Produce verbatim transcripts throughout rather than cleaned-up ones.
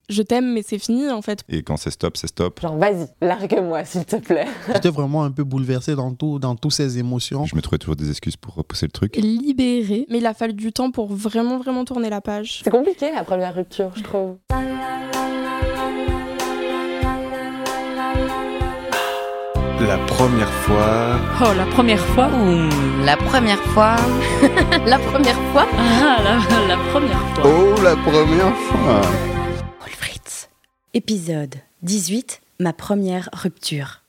je t'aime mais c'est fini en fait. Et quand c'est stop, c'est stop. Genre vas-y, largue-moi s'il te plaît. J'étais vraiment un peu bouleversé dans tout, dans toutes ces émotions. Je me trouvais toujours des excuses pour repousser le truc. Libéré, mais il a fallu du temps pour vraiment vraiment tourner la page. C'est compliqué la première rupture, je trouve. La première fois... Oh, la première fois. Ouh, la première fois. La première fois. Ah, la, la première fois. Oh, la première fois. Wolfritz. Épisode dix-huit, ma première rupture.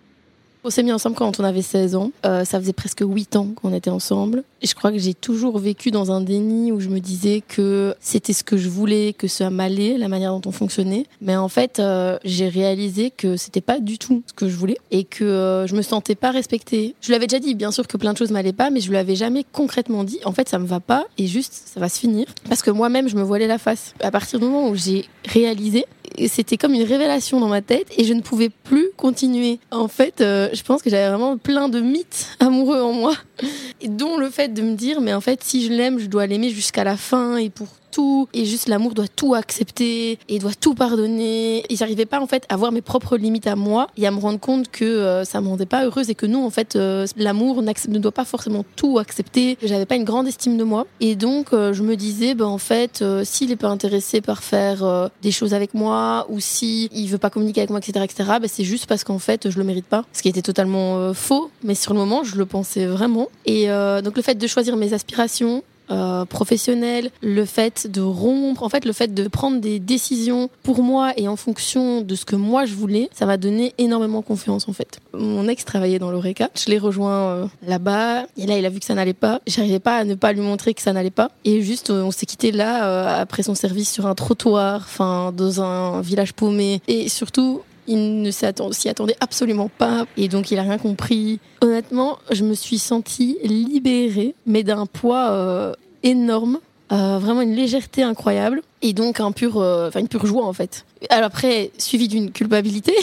On s'est mis ensemble quand on avait seize ans. Euh, ça faisait presque huit ans qu'on était ensemble. Et je crois que j'ai toujours vécu dans un déni où je me disais que c'était ce que je voulais, que ça m'allait, la manière dont on fonctionnait. Mais en fait, euh, j'ai réalisé que c'était pas du tout ce que je voulais et que euh, je me sentais pas respectée. Je lui avais déjà dit, bien sûr, que plein de choses m'allaient pas, mais je lui avais jamais concrètement dit. En fait, ça me va pas et juste, ça va se finir. Parce que moi-même, je me voilais la face. À partir du moment où j'ai réalisé, c'était comme une révélation dans ma tête et je ne pouvais plus continuer. En fait, euh, je pense que j'avais vraiment plein de mythes amoureux en moi, et dont le fait de me dire, mais en fait, si je l'aime, je dois l'aimer jusqu'à la fin et pour tout, et juste l'amour doit tout accepter et doit tout pardonner. Et j'arrivais pas en fait à voir mes propres limites à moi et à me rendre compte que euh, ça me rendait pas heureuse et que non, en fait, euh, l'amour ne doit pas forcément tout accepter. J'avais pas une grande estime de moi et donc euh, je me disais, ben en fait, euh, s'il est pas intéressé par faire euh, des choses avec moi ou si il veut pas communiquer avec moi, et cetera, et cetera, ben c'est juste parce qu'en fait, je le mérite pas. Ce qui était totalement euh, faux, mais sur le moment, je le pensais vraiment. Et euh, donc le fait de choisir mes aspirations. Euh, professionnel, le fait de rompre, en fait le fait de prendre des décisions pour moi et en fonction de ce que moi je voulais, ça m'a donné énormément confiance en fait. Mon ex travaillait dans l'Oreca, je l'ai rejoint euh, là-bas et là il a vu que ça n'allait pas, j'arrivais pas à ne pas lui montrer que ça n'allait pas et juste euh, on s'est quitté là euh, après son service sur un trottoir, enfin dans un village paumé et surtout il ne s'y attendait absolument pas et donc il a rien compris. Honnêtement, je me suis sentie libérée, mais d'un poids euh, énorme, euh, vraiment une légèreté incroyable et donc un pur, euh, enfin une pure joie en fait. Alors après, suivi d'une culpabilité,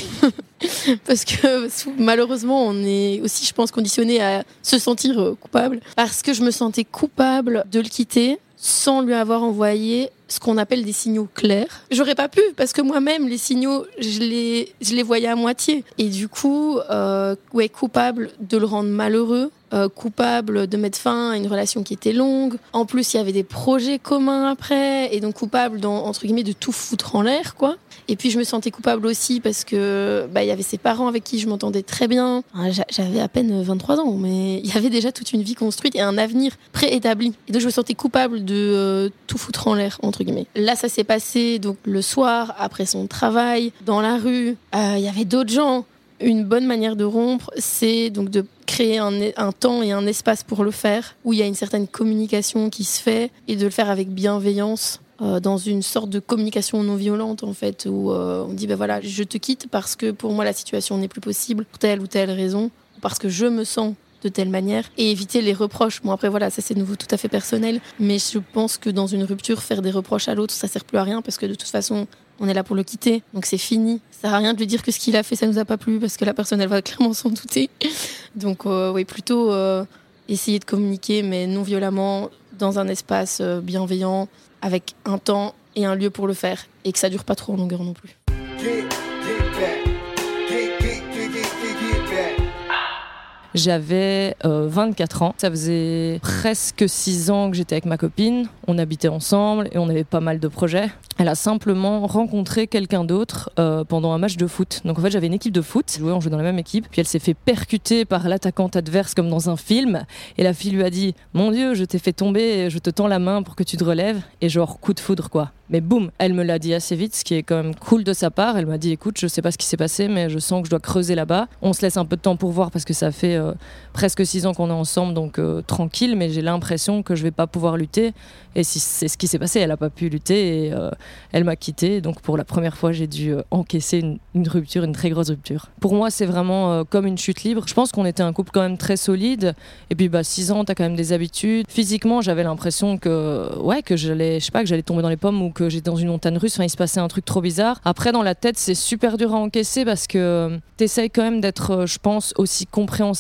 parce que malheureusement on est aussi, je pense, conditionné à se sentir euh, coupable, parce que je me sentais coupable de le quitter sans lui avoir envoyé ce qu'on appelle des signaux clairs. J'aurais pas pu, parce que moi-même, les signaux, je les, je les voyais à moitié. Et du coup, euh, ouais, coupable de le rendre malheureux, euh, coupable de mettre fin à une relation qui était longue. En plus, il y avait des projets communs après, et donc coupable, dans, entre guillemets, de tout foutre en l'air, quoi. Et puis, je me sentais coupable aussi parce que, bah, il y avait ses parents avec qui je m'entendais très bien. J'avais à peine vingt-trois ans, mais il y avait déjà toute une vie construite et un avenir préétabli. Et donc, je me sentais coupable de euh, tout foutre en l'air, entre guillemets. Là, ça s'est passé donc le soir, après son travail, dans la rue. Euh, il y avait d'autres gens. Une bonne manière de rompre, c'est donc de créer un, un temps et un espace pour le faire, où il y a une certaine communication qui se fait, et de le faire avec bienveillance, euh, dans une sorte de communication non violente, en fait, où euh, on dit, ben voilà, je te quitte parce que pour moi, la situation n'est plus possible, pour telle ou telle raison, parce que je me sens de telle manière, et éviter les reproches. Bon, après, voilà, ça c'est de nouveau tout à fait personnel, mais je pense que dans une rupture, faire des reproches à l'autre, ça sert plus à rien, parce que de toute façon, on est là pour le quitter, donc c'est fini. Ça sert à rien de lui dire que ce qu'il a fait, ça nous a pas plu, parce que la personne, elle va clairement s'en douter. Donc, euh, oui, plutôt euh, essayer de communiquer, mais non violemment, dans un espace euh, bienveillant, avec un temps et un lieu pour le faire, et que ça dure pas trop en longueur non plus. J'avais euh, vingt-quatre ans. Ça faisait presque six ans que j'étais avec ma copine. On habitait ensemble et on avait pas mal de projets. Elle a simplement rencontré quelqu'un d'autre euh, pendant un match de foot. Donc en fait, j'avais une équipe de foot. Jouait, on jouait dans la même équipe. Puis elle s'est fait percuter par l'attaquante adverse comme dans un film. Et la fille lui a dit « Mon Dieu, je t'ai fait tomber, je te tends la main pour que tu te relèves. » Et genre, coup de foudre, quoi. Mais boum, elle me l'a dit assez vite, ce qui est quand même cool de sa part. Elle m'a dit, écoute, je sais pas ce qui s'est passé, mais je sens que je dois creuser là-bas. On se laisse un peu de temps pour voir parce que ça fait euh, presque six ans qu'on est ensemble, donc euh, tranquille, mais j'ai l'impression que je vais pas pouvoir lutter. Et si c'est ce qui s'est passé, elle a pas pu lutter et euh, elle m'a quitté. Donc pour la première fois, j'ai dû euh, encaisser une, une rupture, une très grosse rupture. Pour moi, c'est vraiment euh, comme une chute libre. Je pense qu'on était un couple quand même très solide. Et puis bah six ans, t'as quand même des habitudes. Physiquement, j'avais l'impression que ouais, que j'allais, je sais pas, que j'allais tomber dans les pommes ou que j'étais dans une montagne russe, enfin il se passait un truc trop bizarre. Après dans la tête c'est super dur à encaisser parce que t'essayes quand même d'être, je pense, aussi compréhensif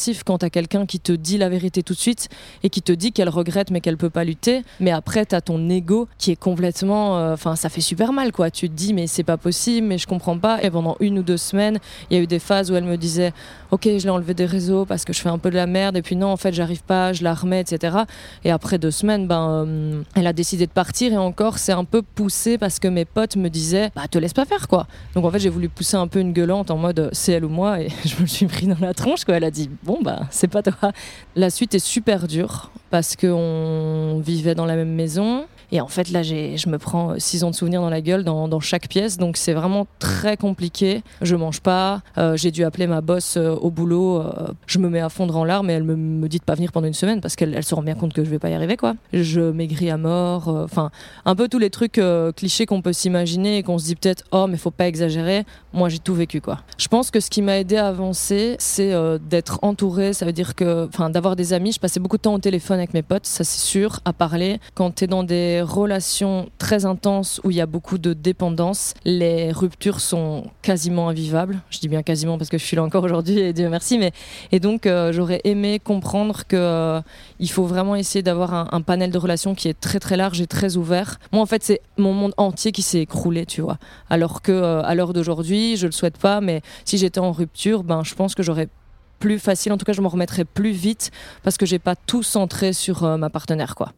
compréhensif quand t'as quelqu'un qui te dit la vérité tout de suite et qui te dit qu'elle regrette mais qu'elle peut pas lutter. Mais après, t'as ton ego qui est complètement... Enfin, euh, ça fait super mal, quoi. Tu te dis, mais c'est pas possible, mais je comprends pas. Et pendant une ou deux semaines, il y a eu des phases où elle me disait « Ok, je l'ai enlevé des réseaux parce que je fais un peu de la merde. » Et puis non, en fait, j'arrive pas, je la remets, et cetera. Et après deux semaines, ben, euh, elle a décidé de partir. Et encore, c'est un peu poussé parce que mes potes me disaient « Bah, te laisse pas faire, quoi. » Donc en fait, j'ai voulu pousser un peu une gueulante en mode « C'est elle ou moi ?» Et je me suis pris dans la tronche, quoi. Elle a dit « Bon, bah, c'est pas toi. » La suite est super dure parce qu'on vivait dans la même maison. Et en fait, là, j'ai, je me prends six ans de souvenirs dans la gueule dans, dans chaque pièce. Donc, c'est vraiment très compliqué. Je mange pas. Euh, j'ai dû appeler ma boss euh, au boulot. Euh, je me mets à fondre en larmes et elle me, me dit de pas venir pendant une semaine parce qu'elle elle se rend bien compte que je vais pas y arriver, quoi. Je maigris à mort. Enfin, euh, un peu tous les trucs euh, clichés qu'on peut s'imaginer et qu'on se dit peut-être, oh, mais faut pas exagérer. Moi, j'ai tout vécu, quoi. Je pense que ce qui m'a aidé à avancer, c'est euh, d'être entourée. Ça veut dire que, enfin, d'avoir des amis. Je passais beaucoup de temps au téléphone avec mes potes, ça c'est sûr, à parler. Quand t'es dans des relations très intenses où il y a beaucoup de dépendance, les ruptures sont quasiment invivables. Je dis bien quasiment parce que je suis là encore aujourd'hui et Dieu merci. Mais et donc euh, j'aurais aimé comprendre que euh, il faut vraiment essayer d'avoir un, un panel de relations qui est très très large et très ouvert. Moi en fait c'est mon monde entier qui s'est écroulé, tu vois. Alors que euh, à l'heure d'aujourd'hui, je le souhaite pas, mais si j'étais en rupture, ben je pense que j'aurais plus facile. En tout cas, je m'en remettrais plus vite parce que j'ai pas tout centré sur euh, ma partenaire, quoi.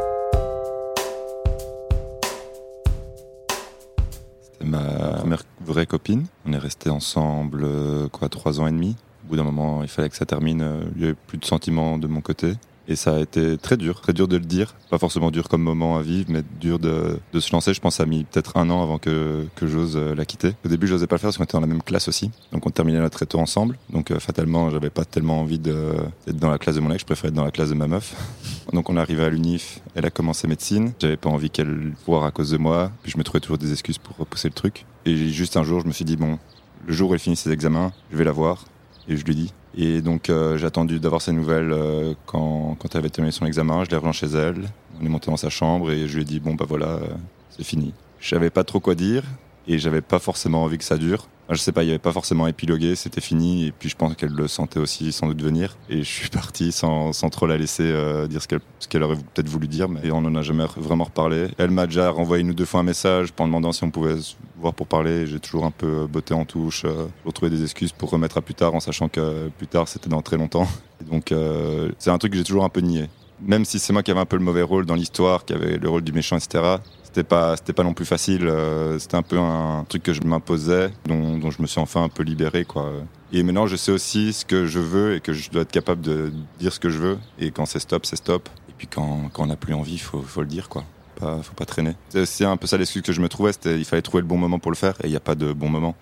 C'était ma première vraie copine. On est restés ensemble euh, quoi, trois ans et demi. Au bout d'un moment, il fallait que ça termine. Euh, il n'y avait plus de sentiments de mon côté. Et ça a été très dur, très dur de le dire. Pas forcément dur comme moment à vivre, mais dur de, de se lancer. Je pense que ça a mis peut-être un an avant que, que j'ose la quitter. Au début, je n'osais pas le faire parce qu'on était dans la même classe aussi. Donc on terminait notre éto ensemble. Donc euh, fatalement, j'avais pas tellement envie de, d'être dans la classe de mon ex. Je préférais être dans la classe de ma meuf. Donc on est arrivé à l'Unif. Elle a commencé médecine. J'avais pas envie qu'elle voie à cause de moi. Puis je me trouvais toujours des excuses pour repousser le truc. Et juste un jour, je me suis dit, bon, le jour où elle finit ses examens, je vais la voir. Et je lui dis. Et donc euh, j'ai attendu d'avoir ses nouvelles euh, quand, quand elle avait terminé son examen. Je l'ai rejoint chez elle. On est monté dans sa chambre et je lui ai dit bon bah voilà, euh, c'est fini. Je savais pas trop quoi dire et j'avais pas forcément envie que ça dure. Enfin, je sais pas, il y avait pas forcément épilogué, c'était fini. Et puis je pense qu'elle le sentait aussi sans doute venir. Et je suis parti sans, sans trop la laisser euh, dire ce qu'elle, ce qu'elle aurait peut-être voulu dire. Mais on en a jamais vraiment reparlé. Elle m'a déjà renvoyé une ou deux fois un message en demandant si on pouvait se voir pour parler. J'ai toujours un peu botté en touche, euh, pour trouver des excuses pour remettre à plus tard, en sachant que plus tard c'était dans très longtemps. Et donc euh, c'est un truc que j'ai toujours un peu nié. Même si c'est moi qui avais un peu le mauvais rôle dans l'histoire, qui avait le rôle du méchant, et cetera. C'était pas, c'était pas non plus facile. Euh, c'était un peu un truc que je m'imposais, dont, dont je me suis enfin un peu libéré, quoi. Et maintenant, je sais aussi ce que je veux et que je dois être capable de dire ce que je veux. Et quand c'est stop, c'est stop. Et puis quand, quand on n'a plus envie, il faut, faut le dire, quoi. Pas, faut pas traîner. C'est, c'est un peu ça l'excuse que je me trouvais. C'était, il fallait trouver le bon moment pour le faire. Et il n'y a pas de bon moment.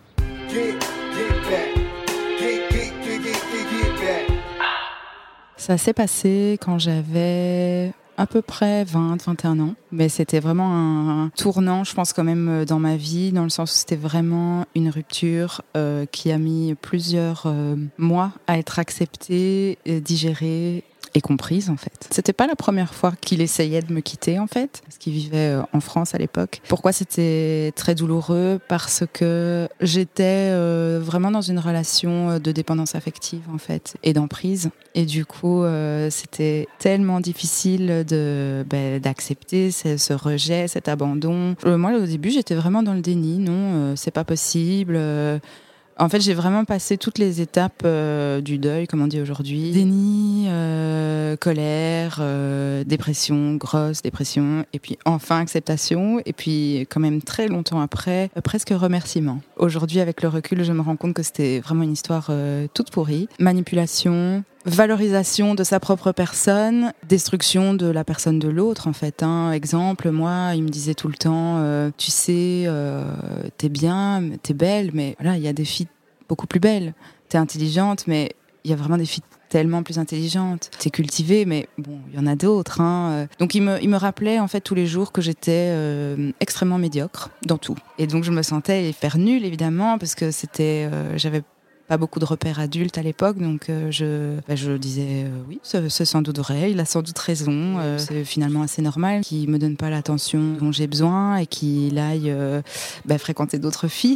Ça s'est passé quand j'avais à peu près vingt, vingt et un ans. Mais c'était vraiment un tournant, je pense, quand même, dans ma vie, dans le sens où c'était vraiment une rupture euh, qui a mis plusieurs euh, mois à être acceptée, digérée et comprise, en fait. C'était pas la première fois qu'il essayait de me quitter, en fait, parce qu'il vivait en France à l'époque. Pourquoi c'était très douloureux ? Parce que j'étais euh, vraiment dans une relation de dépendance affective, en fait, et d'emprise. Et du coup, euh, c'était tellement difficile de, bah, d'accepter ce, ce rejet, cet abandon. Euh, moi, au début, j'étais vraiment dans le déni. Non, euh, c'est pas possible. Euh, En fait, j'ai vraiment passé toutes les étapes euh, du deuil, comme on dit aujourd'hui. Déni, euh, colère, euh, dépression, grosse dépression, et puis enfin acceptation, et puis quand même très longtemps après, euh, presque remerciement. Aujourd'hui, avec le recul, je me rends compte que c'était vraiment une histoire euh, toute pourrie. Manipulation, valorisation de sa propre personne, destruction de la personne de l'autre, en fait. Hein. Exemple, moi, il me disait tout le temps, euh, tu sais, euh, t'es bien, t'es belle, mais voilà, il y a des filles beaucoup plus belles. T'es intelligente, mais il y a vraiment des filles tellement plus intelligentes. T'es cultivée, mais bon, il y en a d'autres. Hein. Donc, il me, il me rappelait, en fait, tous les jours que j'étais euh, extrêmement médiocre dans tout. Et donc, je me sentais hyper nulle, évidemment, parce que c'était, euh, j'avais pas beaucoup de repères adultes à l'époque, donc euh, je, bah, je disais euh, oui, c'est, c'est sans doute vrai, il a sans doute raison, euh, c'est finalement assez normal qu'il me donne pas l'attention dont j'ai besoin et qu'il aille euh, bah, fréquenter d'autres filles,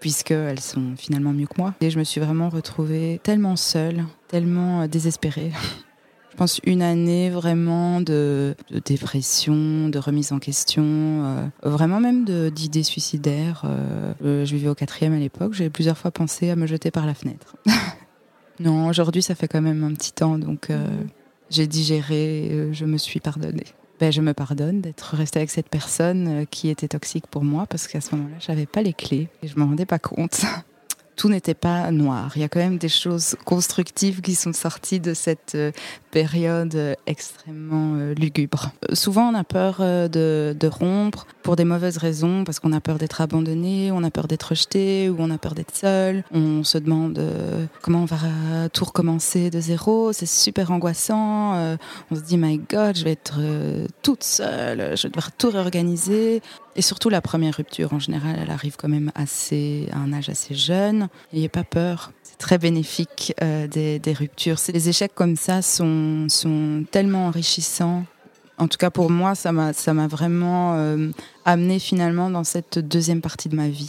puisqu'elles sont finalement mieux que moi. Et je me suis vraiment retrouvée tellement seule, tellement désespérée. Je pense une année vraiment de, de dépression, de remise en question, euh, vraiment même de, d'idées suicidaires. Euh, je vivais au quatrième à l'époque, j'ai plusieurs fois pensé à me jeter par la fenêtre. Non, aujourd'hui ça fait quand même un petit temps, donc euh, j'ai digéré, euh, je me suis pardonnée. Ben, je me pardonne d'être restée avec cette personne euh, qui était toxique pour moi, parce qu'à ce moment-là, j'avais pas les clés et je m'en rendais pas compte. Tout n'était pas noir. Il y a quand même des choses constructives qui sont sorties de cette euh, période euh, extrêmement euh, lugubre. Euh, souvent, on a peur euh, de, de rompre pour des mauvaises raisons, parce qu'on a peur d'être abandonné, on a peur d'être rejeté, ou on a peur d'être seul. On se demande euh, comment on va tout recommencer de zéro. C'est super angoissant. Euh, on se dit, my God, je vais être euh, toute seule, je vais devoir tout réorganiser. Et surtout, la première rupture, en général, elle arrive quand même assez, à un âge assez jeune. N'ayez pas peur. C'est très bénéfique, euh, des, des ruptures. Les échecs comme ça sont, sont tellement enrichissants. En tout cas, pour moi, ça m'a, ça m'a vraiment euh, amené finalement dans cette deuxième partie de ma vie.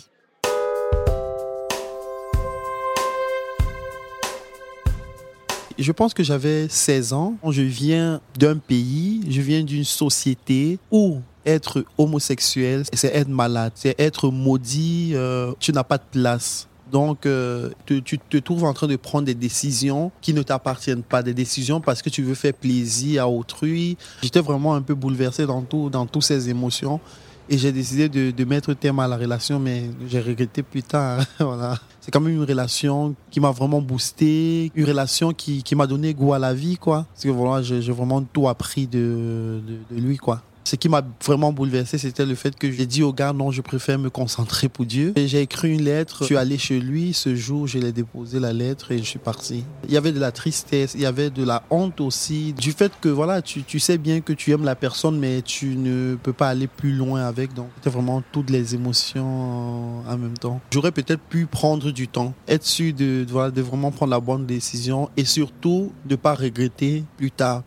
Je pense que j'avais seize ans. Je viens d'un pays, je viens d'une société où être homosexuel, c'est être malade, c'est être maudit, euh, tu n'as pas de place. Donc, euh, tu, tu te trouves en train de prendre des décisions qui ne t'appartiennent pas, des décisions parce que tu veux faire plaisir à autrui. J'étais vraiment un peu bouleversé dans, tout, dans toutes ces émotions et j'ai décidé de, de mettre terme à la relation, mais j'ai regretté plus tard. Voilà. C'est quand même une relation qui m'a vraiment boosté, une relation qui, qui m'a donné goût à la vie, quoi. Parce que voilà, j'ai, j'ai vraiment tout appris de, de, de lui, quoi. Ce qui m'a vraiment bouleversé, c'était le fait que j'ai dit au gars, non, je préfère me concentrer pour Dieu. Et j'ai écrit une lettre, je suis allé chez lui, ce jour, je l'ai déposé la lettre et je suis parti. Il y avait de la tristesse, il y avait de la honte aussi, du fait que voilà, tu, tu sais bien que tu aimes la personne, mais tu ne peux pas aller plus loin avec. Donc, c'était vraiment toutes les émotions en même temps. J'aurais peut-être pu prendre du temps, être sûr de, de, voilà, de vraiment prendre la bonne décision et surtout de ne pas regretter plus tard.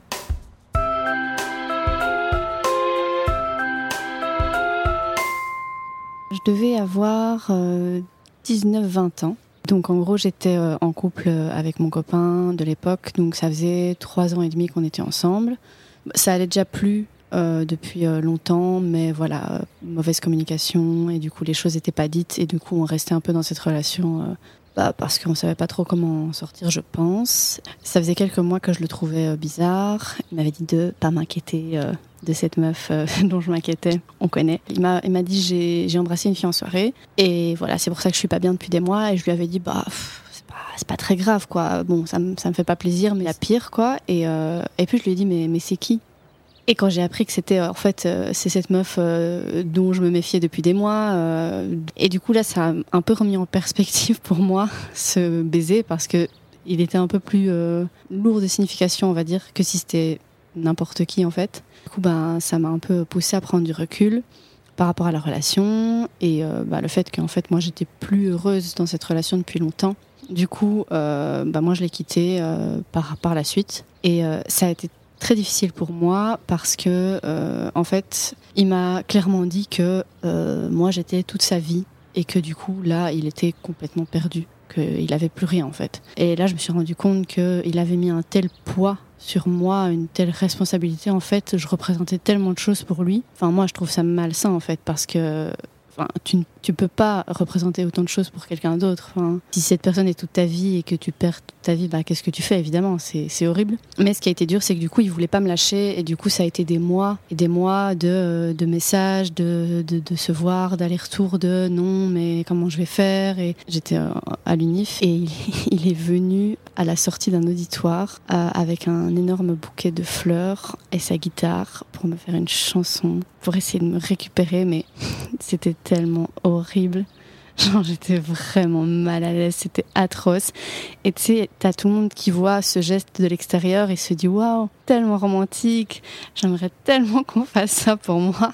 Je devais avoir euh, dix-neuf vingt ans. Donc en gros, j'étais euh, en couple avec mon copain de l'époque. Donc ça faisait trois ans et demi qu'on était ensemble. Ça allait déjà plus euh, depuis euh, longtemps, mais voilà, euh, mauvaise communication. Et du coup, les choses n'étaient pas dites. Et du coup, on restait un peu dans cette relation euh, bah, parce qu'on ne savait pas trop comment sortir, je pense. Ça faisait quelques mois que je le trouvais euh, bizarre. Il m'avait dit de ne pas m'inquiéter euh, de cette meuf euh, dont je m'inquiétais. On connaît. Il m'a, il m'a dit j'ai, j'ai embrassé une fille en soirée. Et voilà, c'est pour ça que je suis pas bien depuis des mois. Et je lui avais dit, bah, pff, c'est pas, c'est pas très grave, quoi. Bon, ça me, ça me fait pas plaisir, mais la pire, quoi. Et, euh, et puis je lui ai dit, mais, mais c'est qui ? Et quand j'ai appris que c'était, en fait, euh, c'est cette meuf euh, dont je me méfiais depuis des mois. Euh, et du coup, là, ça a un peu remis en perspective pour moi ce baiser, parce que il était un peu plus euh, lourd de signification, on va dire, que si c'était n'importe qui, en fait. Du coup, ben, ça m'a un peu poussé à prendre du recul par rapport à la relation et euh, bah, le fait qu'en fait, moi, j'étais plus heureuse dans cette relation depuis longtemps. Du coup, euh, bah, moi, je l'ai quitté euh, par, par la suite. Et euh, ça a été très difficile pour moi parce que, euh, en fait, il m'a clairement dit que euh, moi, j'étais toute sa vie et que du coup, là, il était complètement perdu, qu'il n'avait plus rien, en fait. Et là, je me suis rendu compte qu'il avait mis un tel poids sur moi, une telle responsabilité. En fait, je représentais tellement de choses pour lui. Enfin, moi, je trouve ça malsain, en fait, parce que enfin, tu ne tu peux pas représenter autant de choses pour quelqu'un d'autre. Enfin, si cette personne est toute ta vie et que tu perds toute ta vie, bah, qu'est-ce que tu fais ? Évidemment, c'est, c'est horrible. Mais ce qui a été dur, c'est que du coup, il voulait pas me lâcher. Et du coup, ça a été des mois et des mois de, de messages, de, de, de se voir, d'aller-retour, de non, mais comment je vais faire ? Et j'étais à l'Unif et il, il est venu à la sortie d'un auditoire euh, avec un énorme bouquet de fleurs et sa guitare pour me faire une chanson, pour essayer de me récupérer. Mais c'était tellement horrible. Genre, j'étais vraiment mal à l'aise, c'était atroce. Et tu sais, t'as tout le monde qui voit ce geste de l'extérieur et se dit waouh, tellement romantique, j'aimerais tellement qu'on fasse ça pour moi.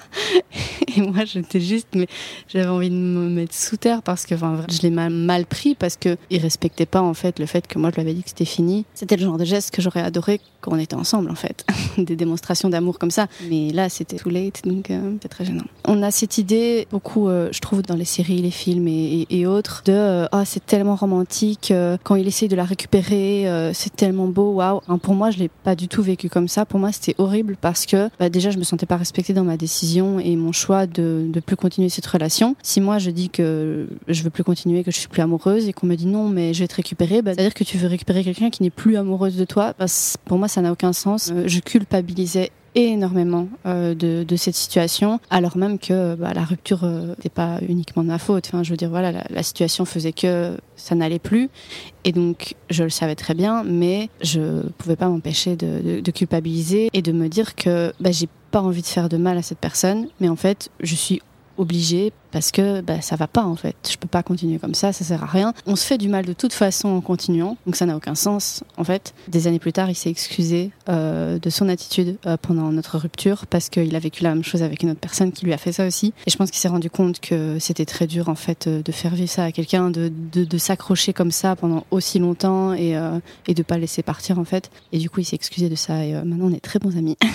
Et moi, j'étais juste, mais j'avais envie de me mettre sous terre parce que enfin, je l'ai mal, mal pris parce qu'il respectait pas en fait le fait que moi je lui avais dit que c'était fini. C'était le genre de geste que j'aurais adoré quand on était ensemble en fait, des démonstrations d'amour comme ça. Mais là, c'était too late, donc euh, c'était très gênant. On a cette idée beaucoup, euh, je trouve, dans les séries, les films et et, et, et autres, de euh, oh, c'est tellement romantique, euh, quand il essaye de la récupérer, euh, c'est tellement beau, waouh. Hein, pour moi, je l'ai pas du tout vécu comme ça. Pour moi, c'était horrible parce que bah, déjà, je me sentais pas respectée dans ma décision et mon choix de de plus continuer cette relation. Si moi, je dis que je veux plus continuer, que je suis plus amoureuse et qu'on me dit non, mais je vais te récupérer, bah, c'est-à-dire que tu veux récupérer quelqu'un qui n'est plus amoureuse de toi. Bah, pour moi, ça n'a aucun sens. Euh, je culpabilisais énormément euh, de, de cette situation, alors même que bah, la rupture euh, n'était pas uniquement de ma faute. Enfin, je veux dire, voilà, la, la situation faisait que ça n'allait plus, et donc je le savais très bien, mais je pouvais pas m'empêcher de, de, de culpabiliser et de me dire que bah, j'ai pas envie de faire de mal à cette personne, mais en fait, je suis obligée parce que bah, ça va pas en fait. Je peux pas continuer comme ça, ça sert à rien. On se fait du mal de toute façon en continuant, donc ça n'a aucun sens en fait. Des années plus tard, il s'est excusé euh, de son attitude euh, pendant notre rupture parce qu'il a vécu la même chose avec une autre personne qui lui a fait ça aussi. Et je pense qu'il s'est rendu compte que c'était très dur en fait de faire vivre ça à quelqu'un, de, de, de s'accrocher comme ça pendant aussi longtemps et, euh, et de pas le laisser partir en fait. Et du coup, il s'est excusé de ça et euh, maintenant on est très bons amis.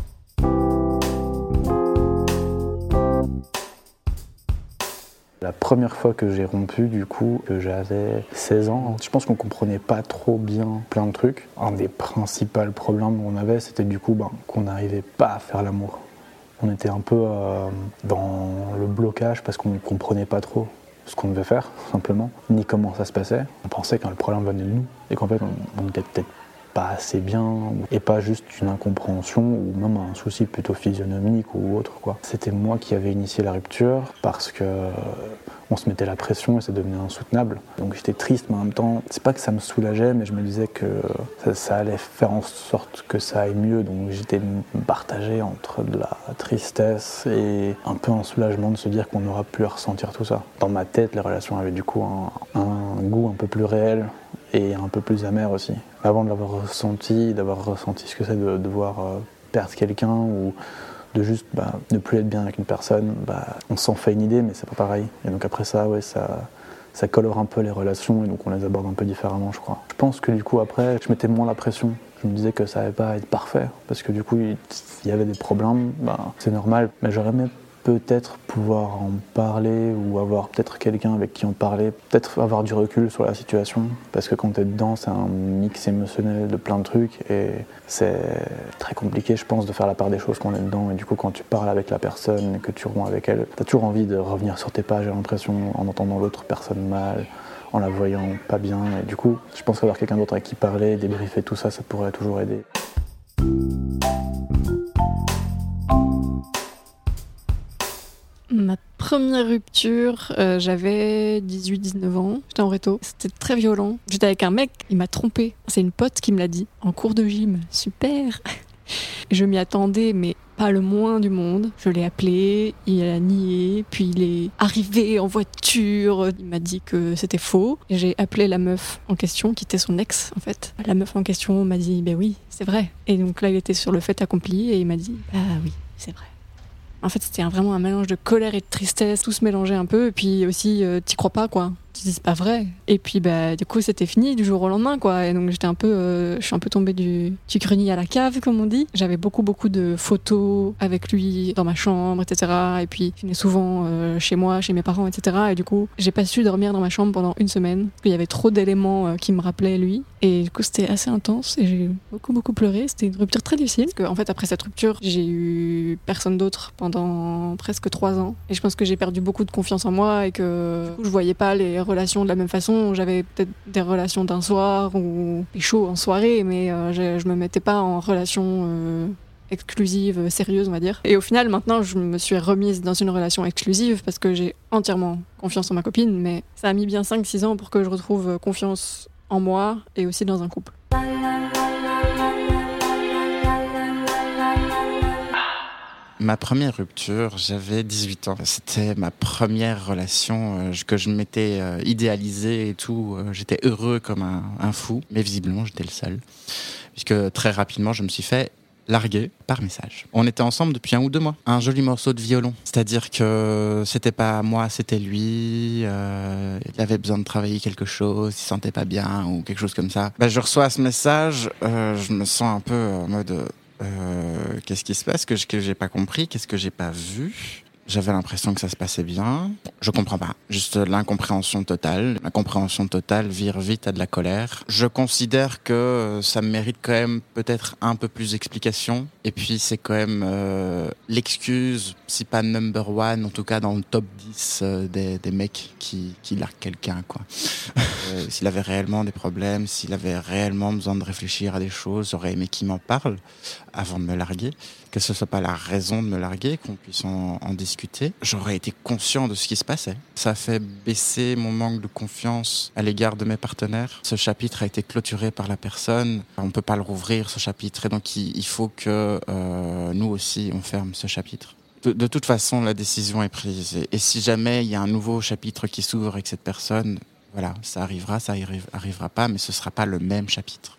La première fois que j'ai rompu, du coup, que j'avais seize ans, je pense qu'on comprenait pas trop bien plein de trucs. Un des principaux problèmes qu'on avait, c'était du coup ben, qu'on n'arrivait pas à faire l'amour. On était un peu euh, dans le blocage parce qu'on ne comprenait pas trop ce qu'on devait faire, tout simplement, ni comment ça se passait. On pensait que le problème venait de nous et qu'en fait, on, on était peut-être pas assez bien, et pas juste une incompréhension ou même un souci plutôt physionomique ou autre, quoi. C'était moi qui avais initié la rupture parce que on se mettait la pression et ça devenait insoutenable. Donc j'étais triste, mais en même temps, c'est pas que ça me soulageait, mais je me disais que ça, ça allait faire en sorte que ça aille mieux. Donc j'étais partagé entre de la tristesse et un peu un soulagement de se dire qu'on n'aura plus à ressentir tout ça. Dans ma tête, les relations avaient du coup un, un goût un peu plus réel et un peu plus amer aussi. Avant de l'avoir ressenti, d'avoir ressenti ce que c'est de devoir euh, perdre quelqu'un ou de juste bah, ne plus être bien avec une personne, bah, on s'en fait une idée, mais c'est pas pareil. Et donc après ça, ouais, ça, ça colore un peu les relations et donc on les aborde un peu différemment, je crois. Je pense que du coup après, je mettais moins la pression. Je me disais que ça allait pas être parfait, parce que du coup, il y avait des problèmes, bah, c'est normal, mais j'aurais aimé peut-être pouvoir en parler ou avoir peut-être quelqu'un avec qui en parler, peut-être avoir du recul sur la situation, parce que quand t'es dedans, c'est un mix émotionnel de plein de trucs et c'est très compliqué, je pense, de faire la part des choses quand on est dedans. Et du coup, quand tu parles avec la personne et que tu romps avec elle, t'as toujours envie de revenir sur tes pas, j'ai l'impression, en entendant l'autre personne mal, en la voyant pas bien. Et du coup, je pense qu'avoir quelqu'un d'autre avec qui parler, débriefer tout ça, ça pourrait toujours aider. Ma première rupture, euh, j'avais dix-huit dix-neuf ans, j'étais en réto, c'était très violent. J'étais avec un mec, il m'a trompée. C'est une pote qui me l'a dit, en cours de gym, super. Je m'y attendais, mais pas le moins du monde. Je l'ai appelé, il a nié, puis il est arrivé en voiture, il m'a dit que c'était faux. J'ai appelé la meuf en question, qui était son ex en fait. La meuf en question m'a dit, ben oui, c'est vrai. Et donc là, il était sur le fait accompli et il m'a dit, ah oui, c'est vrai. En fait, c'était vraiment un mélange de colère et de tristesse, tout se mélangeait un peu, et puis aussi, euh, t'y crois pas, quoi. Tu dis, c'est pas vrai. Et puis, bah, du coup, c'était fini du jour au lendemain, quoi. Et donc, j'étais un peu, euh, je suis un peu tombée du, du grenier à la cave, comme on dit. J'avais beaucoup, beaucoup de photos avec lui dans ma chambre, et cetera. Et puis, il venait souvent euh, chez moi, chez mes parents, et cetera. Et du coup, j'ai pas su dormir dans ma chambre pendant une semaine, parce qu'il y avait trop d'éléments euh, qui me rappelaient lui. Et du coup, c'était assez intense, et j'ai beaucoup, beaucoup pleuré. C'était une rupture très difficile, parce qu'en fait, après cette rupture, j'ai eu personne d'autre pendant presque trois ans. Et je pense que j'ai perdu beaucoup de confiance en moi, et que du coup, je voyais pas les relations de la même façon. J'avais peut-être des relations d'un soir ou pécho en soirée, mais euh, je, je me mettais pas en relation euh, exclusive, euh, sérieuse, on va dire. Et au final, maintenant, je me suis remise dans une relation exclusive parce que j'ai entièrement confiance en ma copine, mais ça a mis bien cinq six ans pour que je retrouve confiance en moi et aussi dans un couple. Ma première rupture, j'avais dix-huit ans. C'était ma première relation euh, que je m'étais euh, idéalisée et tout. Euh, j'étais heureux comme un, un fou, mais visiblement, j'étais le seul. Puisque très rapidement, je me suis fait larguer par message. On était ensemble depuis un ou deux mois. Un joli morceau de violon. C'est-à-dire que c'était pas moi, c'était lui. Euh, il avait besoin de travailler quelque chose, il se sentait pas bien ou quelque chose comme ça. Bah, je reçois ce message, euh, je me sens un peu en mode... Euh, qu'est-ce qui se passe, que, que j'ai pas compris, qu'est-ce que j'ai pas vu. J'avais l'impression que ça se passait bien. Je comprends pas. Juste l'incompréhension totale. La compréhension totale vire vite à de la colère. Je considère que ça mérite quand même peut-être un peu plus d'explications. Et puis c'est quand même euh, l'excuse, si pas number one, en tout cas dans le top dix euh, des, des mecs qui, qui larguent quelqu'un, quoi. euh, s'il avait réellement des problèmes, s'il avait réellement besoin de réfléchir à des choses, j'aurais aimé qu'il m'en parle avant de me larguer. Que ce soit pas la raison de me larguer, qu'on puisse en, en discuter. J'aurais été conscient de ce qui se passait. Ça a fait baisser mon manque de confiance à l'égard de mes partenaires. Ce chapitre a été clôturé par la personne. On peut pas le rouvrir, ce chapitre. Et donc, il, il faut que euh, nous aussi, on ferme ce chapitre. De, de toute façon, la décision est prise. Et, et si jamais il y a un nouveau chapitre qui s'ouvre avec cette personne, voilà, ça arrivera, ça arrive, arrivera pas, mais ce sera pas le même chapitre.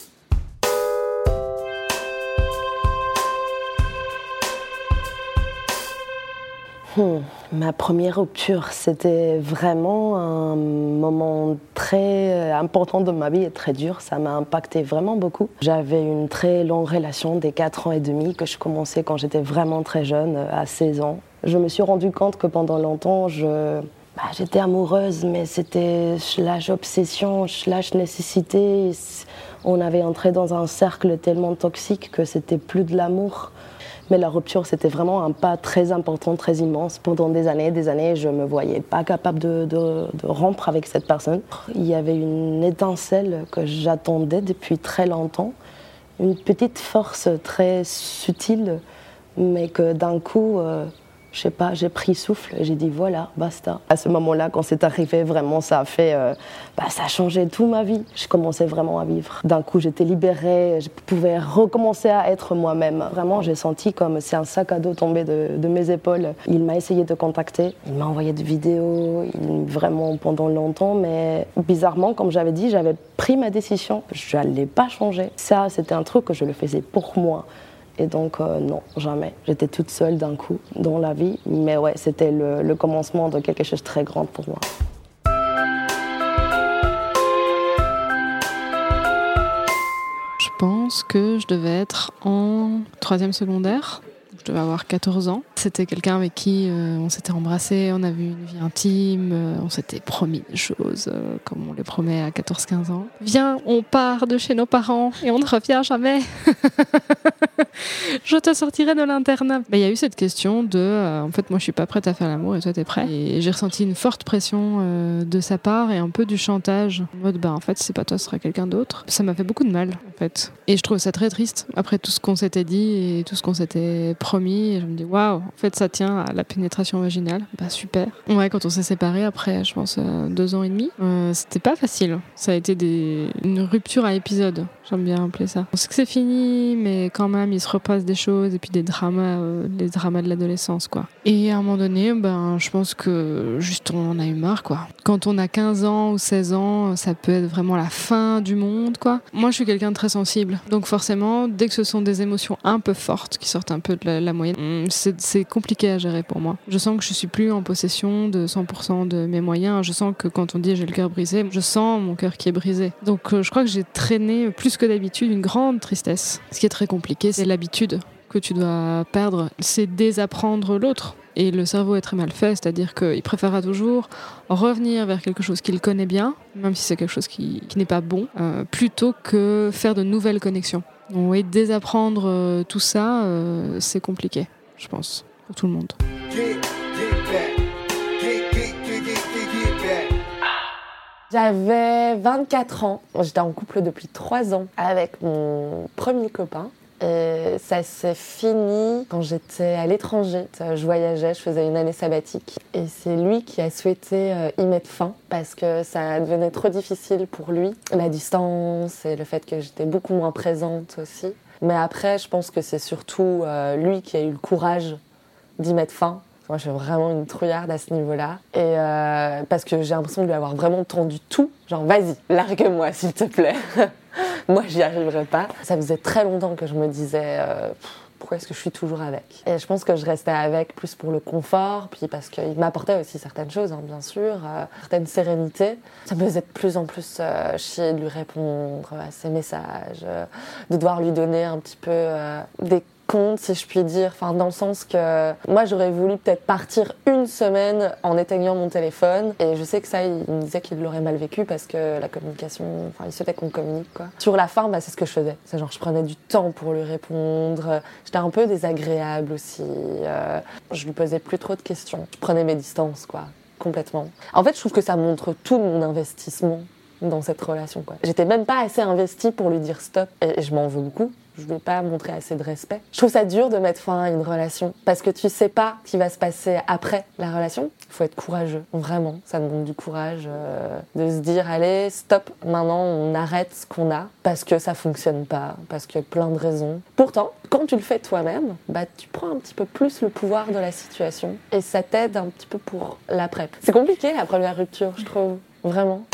Hmm. Ma première rupture, c'était vraiment un moment très important de ma vie et très dur. Ça m'a impacté vraiment beaucoup. J'avais une très longue relation des quatre ans et demi que je commençais quand j'étais vraiment très jeune, à seize ans. Je me suis rendu compte que pendant longtemps, je... bah, j'étais amoureuse, mais c'était slash obsession, slash nécessité. On avait entré dans un cercle tellement toxique que c'était plus de l'amour. Mais la rupture, c'était vraiment un pas très important, très immense. Pendant des années, des années, je ne me voyais pas capable de, de, de rompre avec cette personne. Il y avait une étincelle que j'attendais depuis très longtemps, une petite force très subtile, mais que d'un coup, euh, je sais pas, j'ai pris souffle et j'ai dit voilà, basta. À ce moment-là, quand c'est arrivé, vraiment, ça a fait, euh, bah, ça a changé toute ma vie. Je commençais vraiment à vivre. D'un coup, j'étais libérée, je pouvais recommencer à être moi-même. Vraiment, j'ai senti comme si un sac à dos tombait de, de mes épaules. Il m'a essayé de contacter, il m'a envoyé des vidéos, il, vraiment pendant longtemps, mais bizarrement, comme j'avais dit, j'avais pris ma décision. Je n'allais pas changer. Ça, c'était un truc que je le faisais pour moi. Et donc, euh, non, jamais. J'étais toute seule d'un coup dans la vie. Mais ouais, c'était le, le commencement de quelque chose de très grand pour moi. Je pense que je devais être en troisième secondaire. Je devais avoir quatorze ans. C'était quelqu'un avec qui euh, on s'était embrassé, on avait une vie intime, euh, on s'était promis des choses euh, comme on les promet à quatorze quinze ans. Viens, on part de chez nos parents et on ne revient jamais. Je te sortirai de l'internat. Mais il y a eu cette question de, euh, en fait, moi je suis pas prête à faire l'amour et toi t'es prêt. Et j'ai ressenti une forte pression euh, de sa part et un peu du chantage. En mode, bah en fait, si c'est pas toi, ce sera quelqu'un d'autre. Ça m'a fait beaucoup de mal, en fait. Et je trouve ça très triste après tout ce qu'on s'était dit et tout ce qu'on s'était promis. Et je me dis, waouh, en fait, ça tient à la pénétration vaginale. Bah super. Ouais, quand on s'est séparés après, je pense, euh, deux ans et demi, euh, c'était pas facile. Ça a été des... une rupture à épisode. J'aime bien appeler ça. On sait que c'est fini, mais quand même, il se repasse des choses et puis des dramas, euh, les dramas de l'adolescence, quoi. Et à un moment donné, ben, je pense que juste on en a eu marre, quoi. Quand on a quinze ans ou seize ans, ça peut être vraiment la fin du monde, quoi. Moi, je suis quelqu'un de très sensible. Donc forcément, dès que ce sont des émotions un peu fortes, qui sortent un peu de la, la moyenne, c'est, c'est compliqué à gérer pour moi. Je sens que je suis plus en possession de cent pour cent de mes moyens. Je sens que quand on dit j'ai le cœur brisé, je sens mon cœur qui est brisé. Donc euh, je crois que j'ai traîné plus que d'habitude une grande tristesse. Ce qui est très compliqué, c'est l'habitude que tu dois perdre. C'est désapprendre l'autre. Et le cerveau est très mal fait, c'est-à-dire qu'il préférera toujours revenir vers quelque chose qu'il connaît bien, même si c'est quelque chose qui, qui n'est pas bon, euh, plutôt que faire de nouvelles connexions. Donc oui, désapprendre euh, tout ça, euh, c'est compliqué, je pense, pour tout le monde. J'avais vingt-quatre ans, j'étais en couple depuis trois ans avec mon premier copain. Et ça s'est fini quand j'étais à l'étranger. Je voyageais, je faisais une année sabbatique. Et c'est lui qui a souhaité y mettre fin parce que ça devenait trop difficile pour lui. La distance et le fait que j'étais beaucoup moins présente aussi. Mais après, je pense que c'est surtout lui qui a eu le courage d'y mettre fin. Moi, je suis vraiment une trouillarde à ce niveau-là. Et euh, parce que j'ai l'impression de lui avoir vraiment tendu tout. Genre, vas-y, largue-moi, s'il te plaît. Moi, j'y arriverais pas. Ça faisait très longtemps que je me disais euh, pourquoi est-ce que je suis toujours avec. Et je pense que je restais avec plus pour le confort, puis parce qu'il m'apportait aussi certaines choses, hein, bien sûr, euh, certaine sérénité. Ça me faisait de plus en plus euh, chier de lui répondre à ses messages, euh, de devoir lui donner un petit peu euh, des compte, si je puis dire, enfin, dans le sens que moi j'aurais voulu peut-être partir une semaine en éteignant mon téléphone, et je sais que ça, il me disait qu'il l'aurait mal vécu parce que la communication, enfin il souhaitait qu'on communique quoi. Sur la fin, bah, c'est ce que je faisais, c'est genre je prenais du temps pour lui répondre, j'étais un peu désagréable aussi, euh, je lui posais plus trop de questions, je prenais mes distances quoi, complètement. En fait je trouve que ça montre tout mon investissement dans cette relation quoi. J'étais même pas assez investie pour lui dire stop, et je m'en veux beaucoup. Je ne vais pas montrer assez de respect. Je trouve ça dur de mettre fin à une relation parce que tu sais pas ce qui va se passer après la relation. Il faut être courageux, vraiment. Ça demande du courage euh, de se dire allez, stop, maintenant on arrête ce qu'on a parce que ça fonctionne pas, parce qu'il y a plein de raisons. Pourtant, quand tu le fais toi-même, bah tu prends un petit peu plus le pouvoir de la situation et ça t'aide un petit peu pour l'après. C'est compliqué la première rupture, je trouve, vraiment.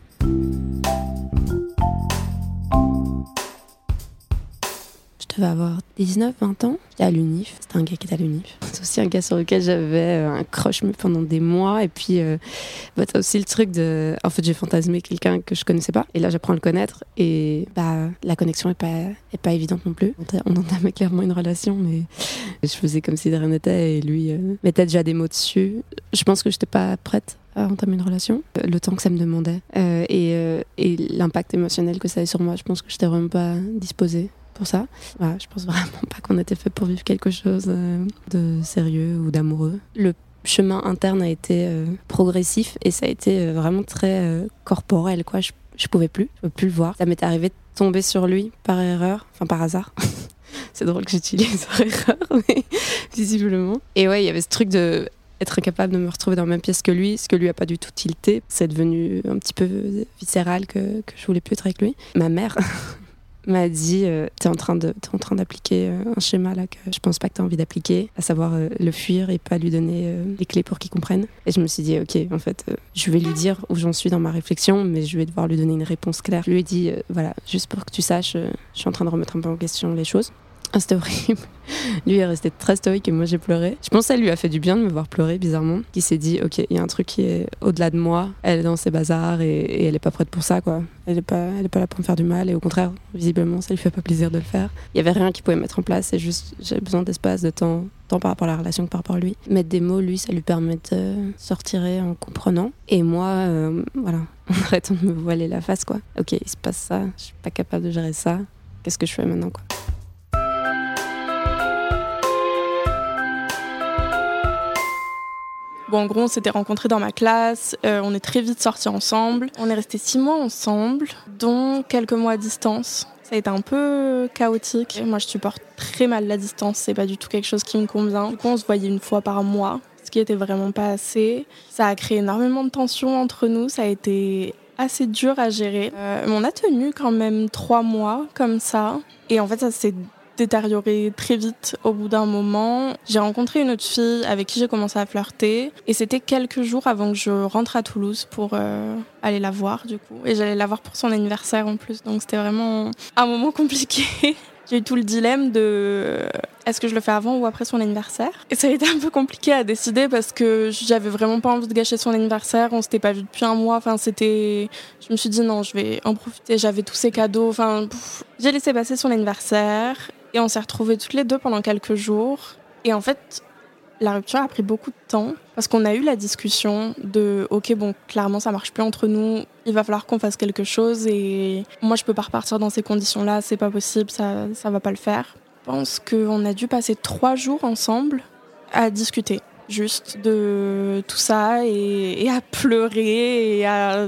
Je devais avoir dix-neuf vingt ans. J'étais à l'Unif. C'était un gars qui était à l'Unif. C'est aussi un gars sur lequel j'avais un crush pendant des mois. Et puis, euh, bah, t'as aussi le truc de... En fait, j'ai fantasmé quelqu'un que je connaissais pas. Et là, j'apprends à le connaître. Et bah, la connexion est pas, est pas évidente non plus. On entamait clairement une relation, mais je faisais comme si de rien n'était. Et lui euh, mettait déjà des mots dessus. Je pense que j'étais pas prête à entamer une relation. Le temps que ça me demandait. Euh, et, euh, et l'impact émotionnel que ça avait sur moi, je pense que j'étais vraiment pas disposée pour ça. Voilà, je pense vraiment pas qu'on était fait pour vivre quelque chose euh, de sérieux ou d'amoureux. Le chemin interne a été euh, progressif et ça a été euh, vraiment très euh, corporel, quoi. Je, je pouvais plus, je pouvais plus le voir. Ça m'était arrivé de tomber sur lui par erreur, enfin par hasard. C'est drôle que j'utilise par erreur, mais visiblement. Et ouais, il y avait ce truc de être incapable de me retrouver dans la même pièce que lui, ce que lui a pas du tout tilté. C'est devenu un petit peu viscéral que, que je voulais plus être avec lui. Ma mère m'a dit euh, t'es en train de t'es en train d'appliquer euh, un schéma là que je pense pas que t'as envie d'appliquer, à savoir euh, le fuir et pas lui donner euh, les clés pour qu'il comprenne. Et je me suis dit ok, en fait euh, je vais lui dire où j'en suis dans ma réflexion, mais je vais devoir lui donner une réponse claire. Je lui ai dit euh, voilà, juste pour que tu saches, euh, je suis en train de remettre un peu en question les choses. Ah, c'était horrible. Lui est resté très stoïque et moi j'ai pleuré. Je pense qu'elle lui a fait du bien de me voir pleurer, bizarrement. Il s'est dit, ok, il y a un truc qui est au-delà de moi. Elle est dans ses bazars et, et elle est pas prête pour ça, quoi. Elle est pas, elle est pas là pour me faire du mal et au contraire, visiblement, ça lui fait pas plaisir de le faire. Il y avait rien qui pouvait mettre en place. C'est juste, j'avais besoin d'espace, de temps, tant par rapport à la relation que par rapport à lui. Mettre des mots, lui, ça lui permet de sortir en comprenant. Et moi, euh, voilà, en arrêtant de me voiler la face, quoi. Ok, il se passe ça, je suis pas capable de gérer ça. Qu'est-ce que je fais maintenant, quoi? Bon, en gros, on s'était rencontrés dans ma classe, euh, on est très vite sortis ensemble. On est restés six mois ensemble, dont quelques mois à distance. Ça a été un peu chaotique. Moi, je supporte très mal la distance, c'est pas du tout quelque chose qui me convient. Du coup, on se voyait une fois par mois, ce qui était vraiment pas assez. Ça a créé énormément de tensions entre nous, ça a été assez dur à gérer. Euh, on a tenu quand même trois mois comme ça, et en fait, ça s'est détérioré très vite au bout d'un moment. J'ai rencontré une autre fille avec qui j'ai commencé à flirter et c'était quelques jours avant que je rentre à Toulouse pour euh, aller la voir du coup. Et j'allais la voir pour son anniversaire en plus, donc c'était vraiment un moment compliqué. J'ai eu tout le dilemme de est-ce que je le fais avant ou après son anniversaire. Et ça a été un peu compliqué à décider parce que j'avais vraiment pas envie de gâcher son anniversaire. On s'était pas vu depuis un mois. Enfin, c'était. Je me suis dit non, je vais en profiter. J'avais tous ces cadeaux. Enfin, pff. J'ai laissé passer son anniversaire et on s'est retrouvés toutes les deux pendant quelques jours. Et en fait, la rupture a pris beaucoup de temps parce qu'on a eu la discussion de ok, bon, clairement ça marche plus entre nous, il va falloir qu'on fasse quelque chose et moi je peux pas repartir dans ces conditions-là, c'est pas possible, ça, ça va pas le faire. Je pense qu'on a dû passer trois jours ensemble à discuter juste de tout ça et, et à pleurer et à,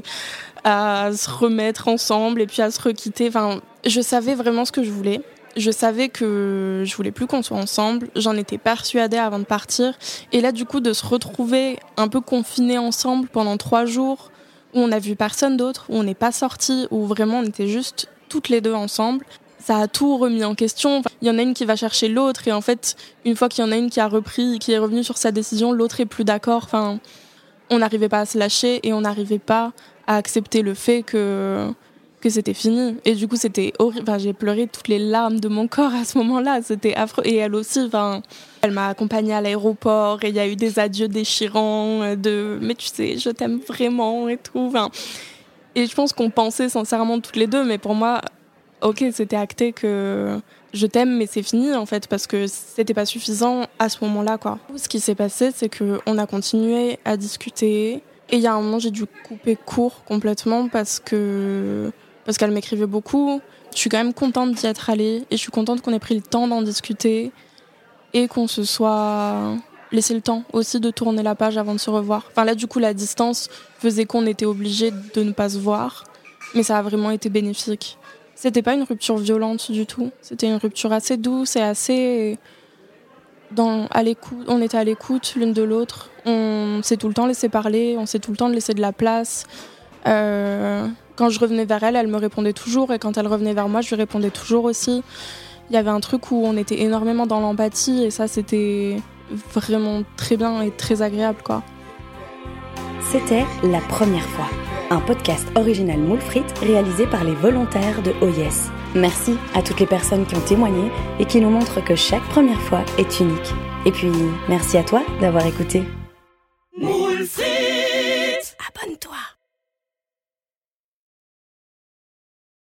à se remettre ensemble et puis à se requitter. Enfin, je savais vraiment ce que je voulais. Je savais que je voulais plus qu'on soit ensemble, j'en étais persuadée avant de partir. Et là, du coup, de se retrouver un peu confinés ensemble pendant trois jours, où on n'a vu personne d'autre, où on n'est pas sortis, où vraiment on était juste toutes les deux ensemble, ça a tout remis en question. Enfin, il y en a une qui va chercher l'autre, et en fait, une fois qu'il y en a une qui a repris, qui est revenue sur sa décision, l'autre est plus d'accord. Enfin, on n'arrivait pas à se lâcher, et on n'arrivait pas à accepter le fait que... que c'était fini. Et du coup, c'était horrible. Enfin, j'ai pleuré toutes les larmes de mon corps à ce moment-là. C'était affreux. Et elle aussi, enfin, elle m'a accompagnée à l'aéroport et il y a eu des adieux déchirants de « mais tu sais, je t'aime vraiment » et tout. Enfin, et je pense qu'on pensait sincèrement toutes les deux, mais pour moi, ok, c'était acté que je t'aime, mais c'est fini en fait, parce que c'était pas suffisant à ce moment-là, quoi. Ce qui s'est passé, c'est qu'on a continué à discuter, et il y a un moment, j'ai dû couper court complètement parce que parce qu'elle m'écrivait beaucoup. Je suis quand même contente d'y être allée, et je suis contente qu'on ait pris le temps d'en discuter et qu'on se soit laissé le temps aussi de tourner la page avant de se revoir. Enfin là, du coup, la distance faisait qu'on était obligés de ne pas se voir, mais ça a vraiment été bénéfique. C'était pas une rupture violente du tout. C'était une rupture assez douce et assez dans, à l'écoute. On était à l'écoute l'une de l'autre. On s'est tout le temps laissé parler. On s'est tout le temps laissé de la place. Euh, quand je revenais vers elle, elle me répondait toujours. Et quand elle revenait vers moi, je lui répondais toujours aussi. Il y avait un truc où on était énormément dans l'empathie. Et ça, c'était vraiment très bien et très agréable, quoi. C'était La Première Fois, un podcast original Moule Frites réalisé par les volontaires de O Y E S. Merci à toutes les personnes qui ont témoigné et qui nous montrent que chaque première fois est unique. Et puis, merci à toi d'avoir écouté. Moule